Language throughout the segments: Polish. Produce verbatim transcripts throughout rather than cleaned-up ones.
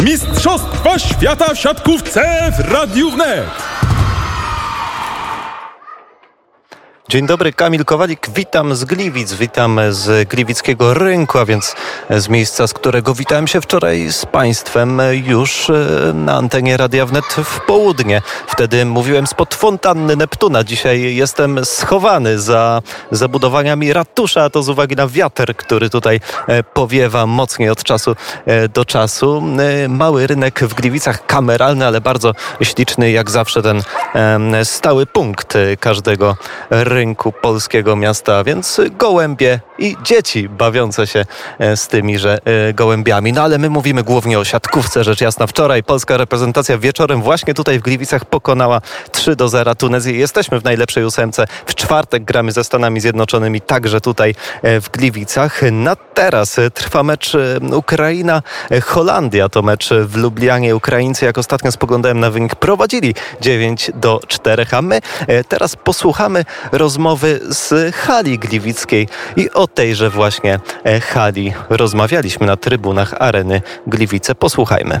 Mistrzostwa Świata w siatkówce w Radiu Wnet. Dzień dobry, Kamil Kowalik, witam z Gliwic, witam z Gliwickiego Rynku, a więc z miejsca, z którego witałem się wczoraj z Państwem już na antenie Radia Wnet w południe. Wtedy mówiłem spod fontanny Neptuna. Dzisiaj jestem schowany za zabudowaniami ratusza, a to z uwagi na wiatr, który tutaj powiewa mocniej od czasu do czasu. Mały rynek w Gliwicach, kameralny, ale bardzo śliczny, jak zawsze ten stały punkt każdego rynku. rynku polskiego miasta, więc gołębie i dzieci bawiące się z tymiże gołębiami. No ale my mówimy głównie o siatkówce, rzecz jasna. Wczoraj polska reprezentacja wieczorem właśnie tutaj w Gliwicach pokonała trzy do zera Tunezję. Jesteśmy w najlepszej ósemce. W czwartek gramy ze Stanami Zjednoczonymi, także tutaj w Gliwicach. Na teraz trwa mecz Ukraina-Holandia. To mecz w Lublianie. Ukraińcy, jak ostatnio spoglądałem na wynik, prowadzili dziewięć do czterech, a my teraz posłuchamy rozmowy z hali gliwickiej i o tejże właśnie hali rozmawialiśmy na trybunach Areny Gliwice. Posłuchajmy.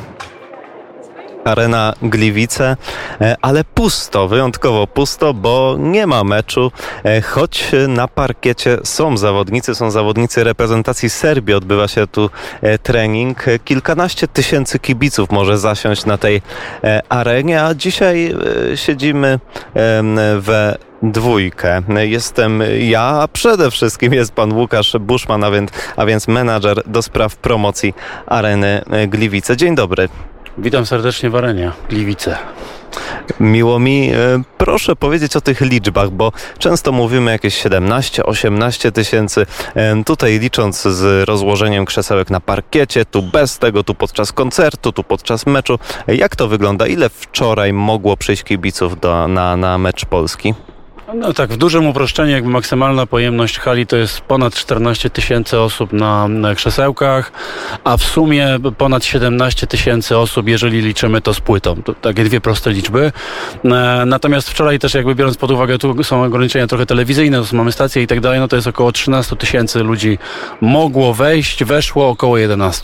Arena Gliwice, ale pusto, wyjątkowo pusto, bo nie ma meczu, choć na parkiecie są zawodnicy, są zawodnicy reprezentacji Serbii, odbywa się tu trening. Kilkanaście tysięcy kibiców może zasiąść na tej arenie, a dzisiaj siedzimy we dwójkę. Jestem ja, a przede wszystkim jest pan Łukasz Buszman, a więc, a więc menadżer do spraw promocji Areny Gliwice. Dzień dobry. Witam serdecznie w Arenie Gliwice. Miło mi. Proszę powiedzieć o tych liczbach, bo często mówimy jakieś siedemnaście osiemnaście tysięcy. Tutaj licząc z rozłożeniem krzesełek na parkiecie, tu bez tego, tu podczas koncertu, tu podczas meczu. Jak to wygląda? Ile wczoraj mogło przyjść kibiców do, na, na mecz Polski? No tak, w dużym uproszczeniu jakby maksymalna pojemność hali to jest ponad czternaście tysięcy osób na, na krzesełkach, a w sumie ponad siedemnaście tysięcy osób, jeżeli liczymy to z płytą. To takie dwie proste liczby. Natomiast wczoraj też jakby biorąc pod uwagę, tu są ograniczenia trochę telewizyjne, to mamy stacje i tak dalej, no to jest około trzynaście tysięcy ludzi mogło wejść, weszło około jedenaście.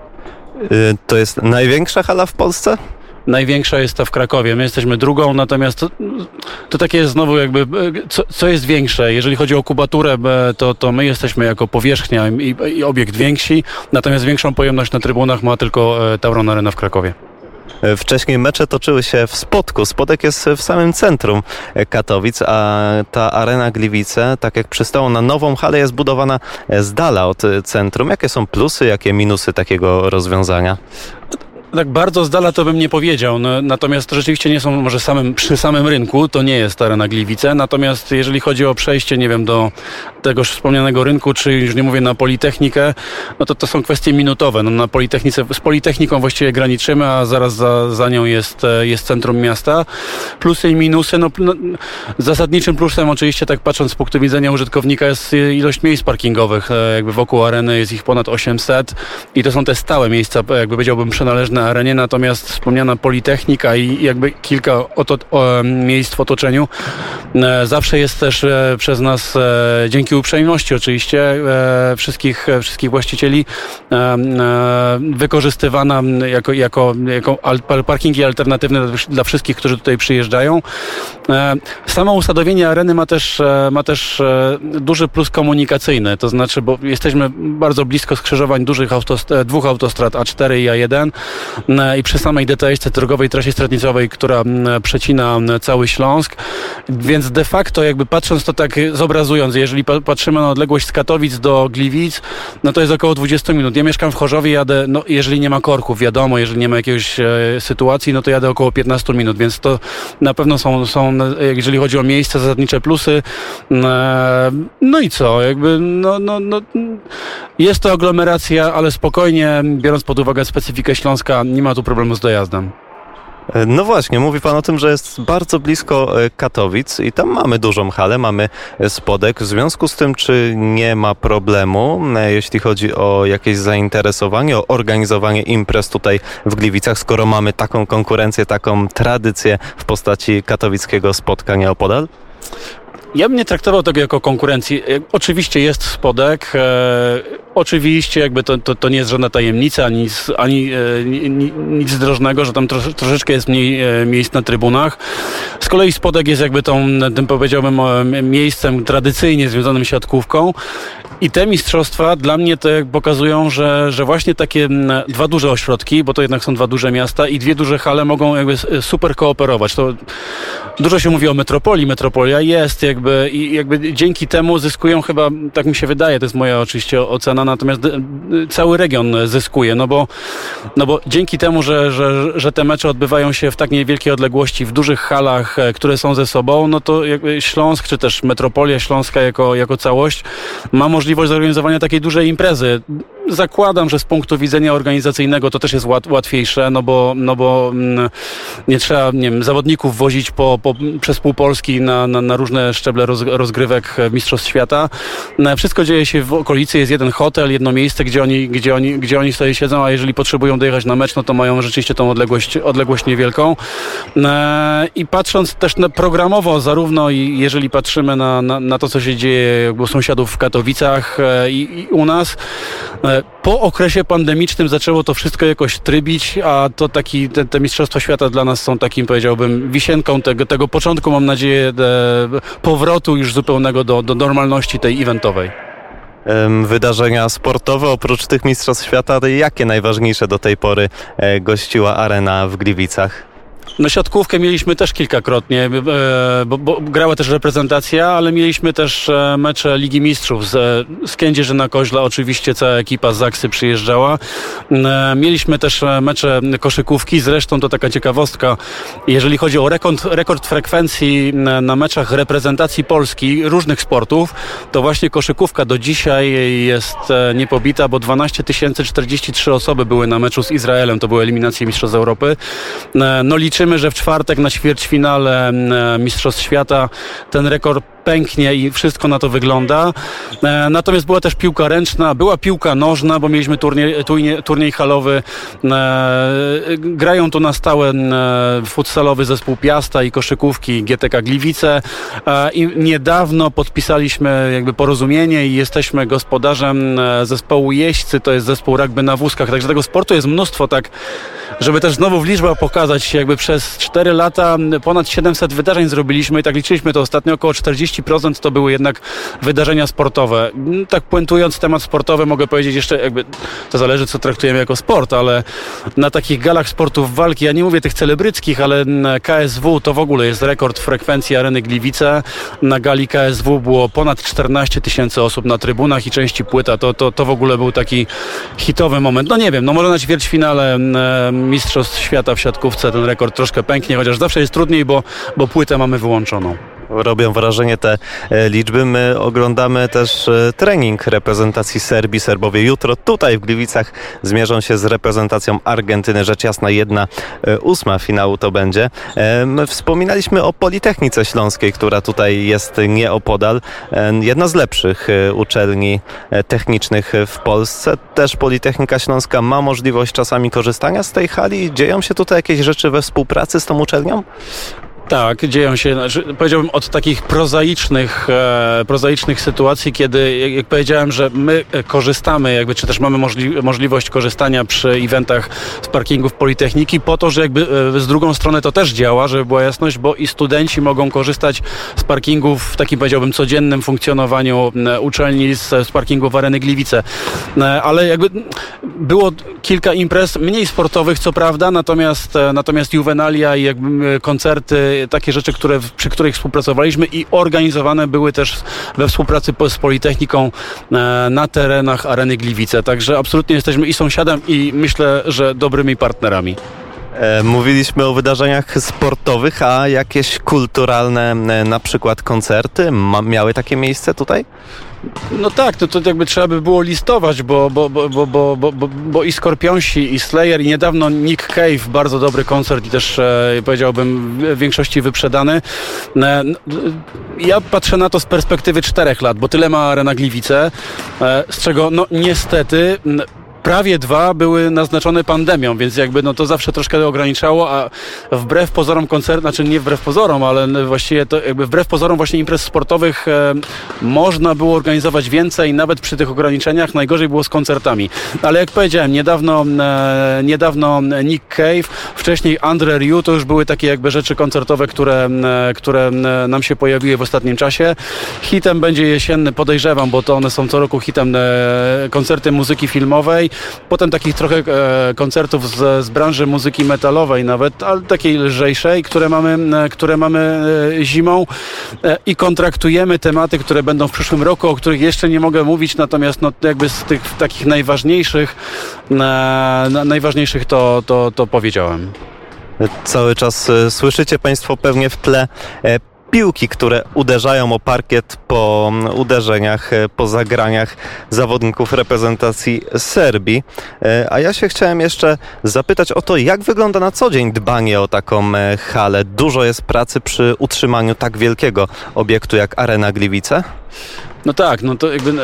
To jest największa hala w Polsce? Największa jest ta w Krakowie. My jesteśmy drugą, natomiast to, to takie jest znowu jakby, co, co jest większe? Jeżeli chodzi o kubaturę, to, to my jesteśmy jako powierzchnia i, i obiekt więksi, natomiast większą pojemność na trybunach ma tylko Tauron Arena w Krakowie. Wcześniej mecze toczyły się w Spodku. Spodek jest w samym centrum Katowic, a ta Arena Gliwice, tak jak przystało na nową halę, jest budowana z dala od centrum. Jakie są plusy, jakie minusy takiego rozwiązania? Tak bardzo z dala to bym nie powiedział, no, natomiast rzeczywiście nie są może samym, przy samym rynku, to nie jest Arena Gliwice, natomiast jeżeli chodzi o przejście, nie wiem, do tegoż wspomnianego rynku, czy już nie mówię na Politechnikę, no to to są kwestie minutowe. No, na Politechnice, z Politechniką właściwie graniczymy, a zaraz za, za nią jest, jest centrum miasta. Plusy i minusy, no, no zasadniczym plusem oczywiście, tak patrząc z punktu widzenia użytkownika, jest ilość miejsc parkingowych, jakby wokół areny jest ich ponad osiemset i to są te stałe miejsca, jakby powiedziałbym przynależne arenie, natomiast wspomniana Politechnika i jakby kilka oto, o, miejsc w otoczeniu e, zawsze jest też e, przez nas, e, dzięki uprzejmości oczywiście e, wszystkich, e, wszystkich właścicieli e, e, wykorzystywana jako, jako, jako al, parkingi alternatywne dla, dla wszystkich, którzy tutaj przyjeżdżają. E, samo usadowienie areny ma też, e, ma też e, duży plus komunikacyjny, to znaczy, bo jesteśmy bardzo blisko skrzyżowań dużych autostrad, dwóch autostrad A cztery i A jeden, i przy samej D T S-ce, drogowej trasie stradnicowej, która przecina cały Śląsk, więc de facto jakby patrząc to tak, zobrazując, jeżeli patrzymy na odległość z Katowic do Gliwic, no to jest około dwadzieścia minut. Ja mieszkam w Chorzowie, jadę, no jeżeli nie ma korków, wiadomo, jeżeli nie ma jakiejś e, sytuacji, no to jadę około piętnaście minut, więc to na pewno są, są jeżeli chodzi o miejsca, zasadnicze plusy. E, no i co, jakby no, no, no, jest to aglomeracja, ale spokojnie, biorąc pod uwagę specyfikę Śląska, nie ma tu problemu z dojazdem. No właśnie, mówi pan o tym, że jest bardzo blisko Katowic i tam mamy dużą halę, mamy Spodek. W związku z tym, czy nie ma problemu, jeśli chodzi o jakieś zainteresowanie, o organizowanie imprez tutaj w Gliwicach, skoro mamy taką konkurencję, taką tradycję w postaci katowickiego Spodka nieopodal? Ja bym nie traktował tego jako konkurencji. Oczywiście jest Spodek, Oczywiście jakby to, to, to nie jest żadna tajemnica, ani, nic, ani e, ni, nic drożnego, że tam trosz, troszeczkę jest mniej e, miejsc na trybunach. Z kolei Spodek jest jakby tą, tym powiedziałbym, e, miejscem tradycyjnie związanym z siatkówką. I te mistrzostwa dla mnie to pokazują, że, że właśnie takie dwa duże ośrodki, bo to jednak są dwa duże miasta i dwie duże hale mogą jakby super kooperować. To dużo się mówi o metropolii. Metropolia jest jakby i jakby dzięki temu zyskują chyba, tak mi się wydaje, to jest moja oczywiście ocena, natomiast cały region zyskuje, no bo, no bo dzięki temu, że, że, że te mecze odbywają się w tak niewielkiej odległości, w dużych halach, które są ze sobą, no to jakby Śląsk, czy też metropolia śląska jako, jako całość ma możliwość zorganizowania takiej dużej imprezy. Zakładam, że z punktu widzenia organizacyjnego to też jest łat, łatwiejsze, no bo, no bo mm, nie trzeba, nie wiem, zawodników wozić po, po, przez pół Polski na, na, na różne szczeble roz, rozgrywek Mistrzostw Świata. Wszystko dzieje się w okolicy, jest jeden hotel, jedno miejsce, gdzie oni, gdzie oni, gdzie oni sobie siedzą, a jeżeli potrzebują dojechać na mecz, no to mają rzeczywiście tą odległość, odległość niewielką. I patrząc też na programowo, zarówno i jeżeli patrzymy na, na, na to, co się dzieje u sąsiadów w Katowicach i, i u nas, po okresie pandemicznym zaczęło to wszystko jakoś trybić, a to taki, te, te Mistrzostwa Świata dla nas są takim, powiedziałbym, wisienką tego, tego początku, mam nadzieję, powrotu już zupełnego do, do normalności tej eventowej. Wydarzenia sportowe oprócz tych Mistrzostw Świata, jakie najważniejsze do tej pory gościła arena w Gliwicach? No siatkówkę mieliśmy też kilkakrotnie, bo, bo grała też reprezentacja, ale mieliśmy też mecze Ligi Mistrzów z, z Kędzierzyna-Koźla, oczywiście cała ekipa z Zaksy przyjeżdżała. Mieliśmy też mecze koszykówki, zresztą to taka ciekawostka, jeżeli chodzi o rekord, rekord frekwencji na meczach reprezentacji Polski różnych sportów, to właśnie koszykówka do dzisiaj jest niepobita, bo dwanaście tysięcy czterdzieści trzy osoby były na meczu z Izraelem, to były eliminacje Mistrzostw Europy. No liczymy, że w czwartek na ćwierćfinale Mistrzostw Świata ten rekord pęknie i wszystko na to wygląda. Natomiast była też piłka ręczna, była piłka nożna, bo mieliśmy turniej, turniej, turniej halowy. Grają tu na stałe futsalowy zespół Piasta i koszykówki G T K Gliwice. I niedawno podpisaliśmy jakby porozumienie i jesteśmy gospodarzem zespołu Jeźdźcy, to jest zespół rugby na wózkach. Także tego sportu jest mnóstwo, tak, żeby też znowu w liczbach pokazać, jakby przez cztery lata ponad siedemset wydarzeń zrobiliśmy i tak liczyliśmy to ostatnio, około czterdzieści procent to były jednak wydarzenia sportowe. Tak puentując temat sportowy, mogę powiedzieć jeszcze, jakby to zależy, co traktujemy jako sport, ale na takich galach sportów walki, ja nie mówię tych celebryckich, ale K S W to w ogóle jest rekord frekwencji areny Gliwice. Na gali K S W było ponad czternaście tysięcy osób na trybunach i części płyta. To, to, to w ogóle był taki hitowy moment. No nie wiem, no może na ćwierćfinale Mistrzostw Świata w siatkówce ten rekord troszkę pęknie, chociaż zawsze jest trudniej, bo, bo płytę mamy wyłączoną. Robią wrażenie te liczby. My oglądamy też trening reprezentacji Serbii. Serbowie jutro tutaj w Gliwicach zmierzą się z reprezentacją Argentyny. Rzecz jasna, jedna ósma finału to będzie. My wspominaliśmy o Politechnice Śląskiej, która tutaj jest nieopodal. Jedna z lepszych uczelni technicznych w Polsce. Też Politechnika Śląska ma możliwość czasami korzystania z tej hali. Dzieją się tutaj jakieś rzeczy we współpracy z tą uczelnią? Tak, dzieją się, znaczy, powiedziałbym, od takich prozaicznych, e, prozaicznych sytuacji, kiedy, jak, jak powiedziałem, że my korzystamy, jakby, czy też mamy możli- możliwość korzystania przy eventach z parkingów Politechniki, po to, że jakby e, z drugą strony to też działa, żeby była jasność, bo i studenci mogą korzystać z parkingów w takim, powiedziałbym, codziennym funkcjonowaniu e, uczelni, z, z parkingów Areny Gliwice. E, ale jakby było kilka imprez, mniej sportowych, co prawda, natomiast, e, natomiast juwenalia i jakby koncerty, takie rzeczy, które, przy których współpracowaliśmy i organizowane były też we współpracy z Politechniką na terenach Areny Gliwice. Także absolutnie jesteśmy i sąsiadem, i myślę, że dobrymi partnerami. Mówiliśmy o wydarzeniach sportowych, a jakieś kulturalne, na przykład koncerty, ma, miały takie miejsce tutaj? No tak, to, to jakby trzeba by było listować, bo, bo, bo, bo, bo, bo, bo, bo i Skorpionsi, i Slayer, i niedawno Nick Cave, bardzo dobry koncert i też e, powiedziałbym w większości wyprzedany. E, ja patrzę na to z perspektywy czterech lat, bo tyle ma Arena Gliwice, e, z czego no niestety prawie dwa były naznaczone pandemią, więc jakby no to zawsze troszkę ograniczało, a wbrew pozorom koncert, znaczy nie wbrew pozorom, ale właściwie to jakby wbrew pozorom właśnie imprez sportowych e, można było organizować więcej, nawet przy tych ograniczeniach. Najgorzej było z koncertami. Ale jak powiedziałem, niedawno, e, niedawno Nick Cave, wcześniej Andre Rieu, to już były takie jakby rzeczy koncertowe, które, e, które nam się pojawiły w ostatnim czasie. Hitem będzie jesienny, podejrzewam, bo to one są co roku hitem, e, koncerty muzyki filmowej. Potem takich trochę e, koncertów z, z branży muzyki metalowej nawet, ale takiej lżejszej, które mamy, e, które mamy e, zimą e, i kontraktujemy tematy, które będą w przyszłym roku, o których jeszcze nie mogę mówić, natomiast no, jakby z tych takich najważniejszych e, na, najważniejszych to, to, to powiedziałem. Cały czas e, słyszycie Państwo pewnie w tle e, piłki, które uderzają o parkiet po uderzeniach, po zagraniach zawodników reprezentacji Serbii. A ja się chciałem jeszcze zapytać o to, jak wygląda na co dzień dbanie o taką halę. Dużo jest pracy przy utrzymaniu tak wielkiego obiektu jak Arena Gliwice? No tak, no to jakby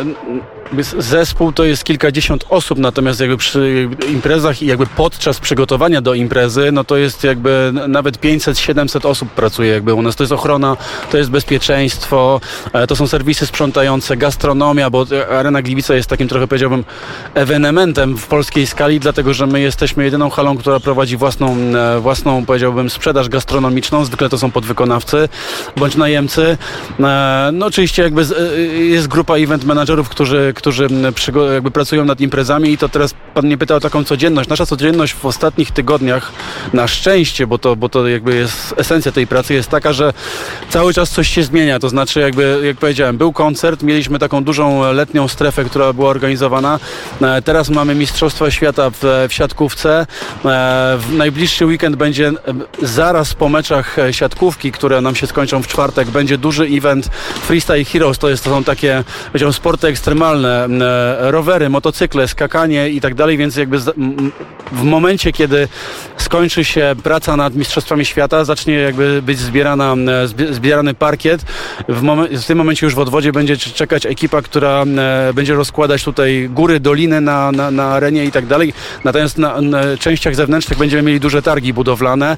zespół to jest kilkadziesiąt osób, natomiast jakby przy imprezach i jakby podczas przygotowania do imprezy, no to jest jakby nawet pięćset siedemset osób pracuje jakby u nas. To jest ochrona, to jest bezpieczeństwo, to są serwisy sprzątające, gastronomia, bo Arena Gliwice jest takim trochę, powiedziałbym, ewenementem w polskiej skali, dlatego że my jesteśmy jedyną halą, która prowadzi własną, własną, powiedziałbym, sprzedaż gastronomiczną. Zwykle to są podwykonawcy bądź najemcy. No oczywiście jakby jest grupa event managerów, którzy którzy jakby pracują nad imprezami i to teraz pan mnie pyta o taką codzienność. Nasza codzienność w ostatnich tygodniach, na szczęście, bo to, bo to jakby jest esencja tej pracy, jest taka, że cały czas coś się zmienia. To znaczy jakby, jak powiedziałem, był koncert, mieliśmy taką dużą letnią strefę, która była organizowana. Teraz mamy Mistrzostwa Świata w, w siatkówce. W najbliższy weekend będzie zaraz po meczach siatkówki, które nam się skończą w czwartek, będzie duży event Freestyle Heroes. To, jest, to są takie, powiedziałbym, sporty ekstremalne, rowery, motocykle, skakanie i tak dalej, więc jakby w momencie, kiedy skończy się praca nad Mistrzostwami Świata, zacznie jakby być zbierana, zbierany parkiet. W, momen- w tym momencie już w odwodzie będzie czekać ekipa, która będzie rozkładać tutaj góry, doliny na, na, na arenie i tak dalej. Natomiast na, na częściach zewnętrznych będziemy mieli duże targi budowlane.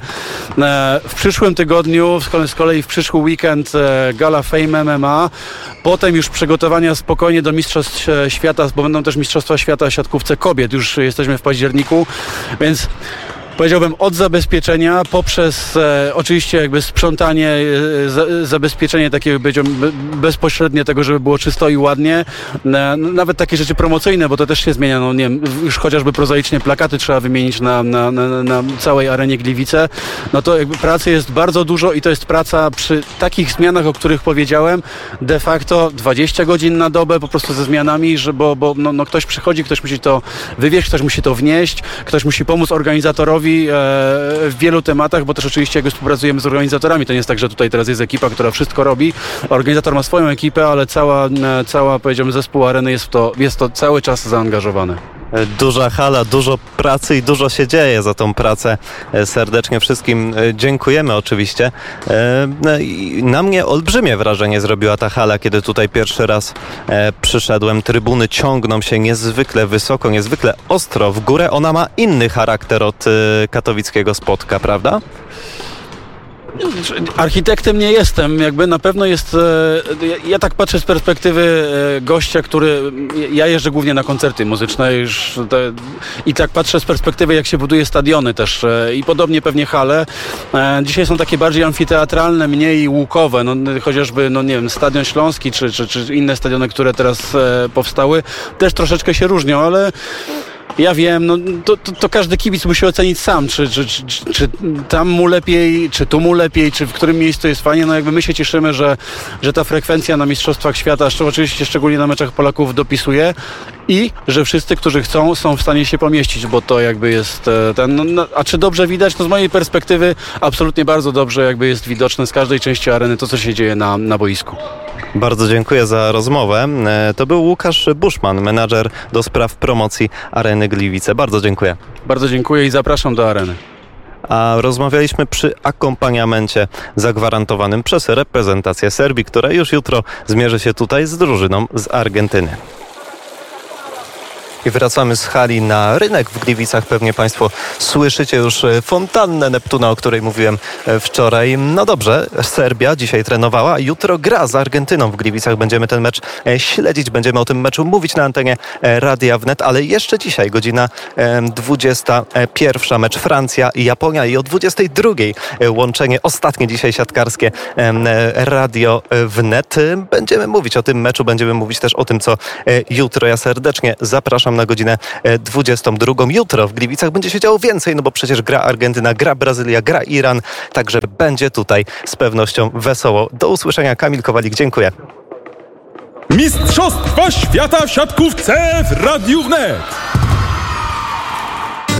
W przyszłym tygodniu, z kolei w przyszły weekend Gala Fame M M A, potem już przygotowania spokojnie do Mistrzostw Świata, bo będą też Mistrzostwa Świata w siatkówce kobiet. Już jesteśmy w październiku, więc powiedziałbym od zabezpieczenia poprzez e, oczywiście jakby sprzątanie, e, za, zabezpieczenie takie powiedziałbym bezpośrednie tego, żeby było czysto i ładnie. E, nawet takie rzeczy promocyjne, bo to też się zmienia. No nie wiem, już chociażby prozaicznie plakaty trzeba wymienić na, na, na, na całej arenie Gliwice. No to jakby pracy jest bardzo dużo i to jest praca przy takich zmianach, o których powiedziałem, de facto dwadzieścia godzin na dobę po prostu ze zmianami, że bo, bo no, no ktoś przychodzi, ktoś musi to wywieźć, ktoś musi to wnieść, ktoś musi pomóc organizatorowi w wielu tematach, bo też oczywiście jakby współpracujemy z organizatorami. To nie jest tak, że tutaj teraz jest ekipa, która wszystko robi. Organizator ma swoją ekipę, ale cała, cała powiedziałbym, zespół areny jest w to, jest to cały czas zaangażowany. Duża hala, dużo pracy i dużo się dzieje za tą pracę. Serdecznie wszystkim dziękujemy oczywiście. Na mnie olbrzymie wrażenie zrobiła ta hala, kiedy tutaj pierwszy raz przyszedłem. Trybuny ciągną się niezwykle wysoko, niezwykle ostro w górę. Ona ma inny charakter od katowickiego Spotka, prawda? Architektem nie jestem, jakby na pewno jest, ja, ja tak patrzę z perspektywy gościa, który, ja jeżdżę głównie na koncerty muzyczne już te, i tak patrzę z perspektywy, jak się buduje stadiony też i podobnie pewnie hale. Dzisiaj są takie bardziej amfiteatralne, mniej łukowe, no, chociażby, no nie wiem, Stadion Śląski czy, czy, czy inne stadiony, które teraz powstały, też troszeczkę się różnią, ale ja wiem, no to, to, to każdy kibic musi ocenić sam, czy, czy, czy, czy tam mu lepiej, czy tu mu lepiej, czy w którym miejscu jest fajnie. No jakby my się cieszymy, że, że ta frekwencja na Mistrzostwach Świata, oczywiście szczególnie na meczach Polaków, dopisuje i że wszyscy, którzy chcą, są w stanie się pomieścić, bo to jakby jest ten, no, no, a czy dobrze widać? No z mojej perspektywy absolutnie bardzo dobrze jakby jest widoczne z każdej części areny to, co się dzieje na, na boisku. Bardzo dziękuję za rozmowę. To był Łukasz Buszman, menadżer do spraw promocji Areny Gliwice. Bardzo dziękuję. Bardzo dziękuję i zapraszam do areny. A rozmawialiśmy przy akompaniamencie zagwarantowanym przez reprezentację Serbii, która już jutro zmierzy się tutaj z drużyną z Argentyny. I wracamy z hali na rynek w Gliwicach. Pewnie Państwo słyszycie już fontannę Neptuna, o której mówiłem wczoraj. No dobrze, Serbia dzisiaj trenowała, jutro gra z Argentyną w Gliwicach. Będziemy ten mecz śledzić, będziemy o tym meczu mówić na antenie Radia Wnet, ale jeszcze dzisiaj godzina dwudziesta pierwsza mecz Francja i Japonia i o dwudziestej drugiej łączenie ostatnie dzisiaj siatkarskie Radio Wnet. Będziemy mówić o tym meczu, będziemy mówić też o tym, co jutro. Ja serdecznie zapraszam na godzinę dwudziestą drugą. Jutro w Gliwicach będzie się działo więcej, no bo przecież gra Argentyna, gra Brazylia, gra Iran, także będzie tutaj z pewnością wesoło. Do usłyszenia. Kamil Kowalik, dziękuję. Mistrzostwa Świata w siatkówce w Radiu Wnet.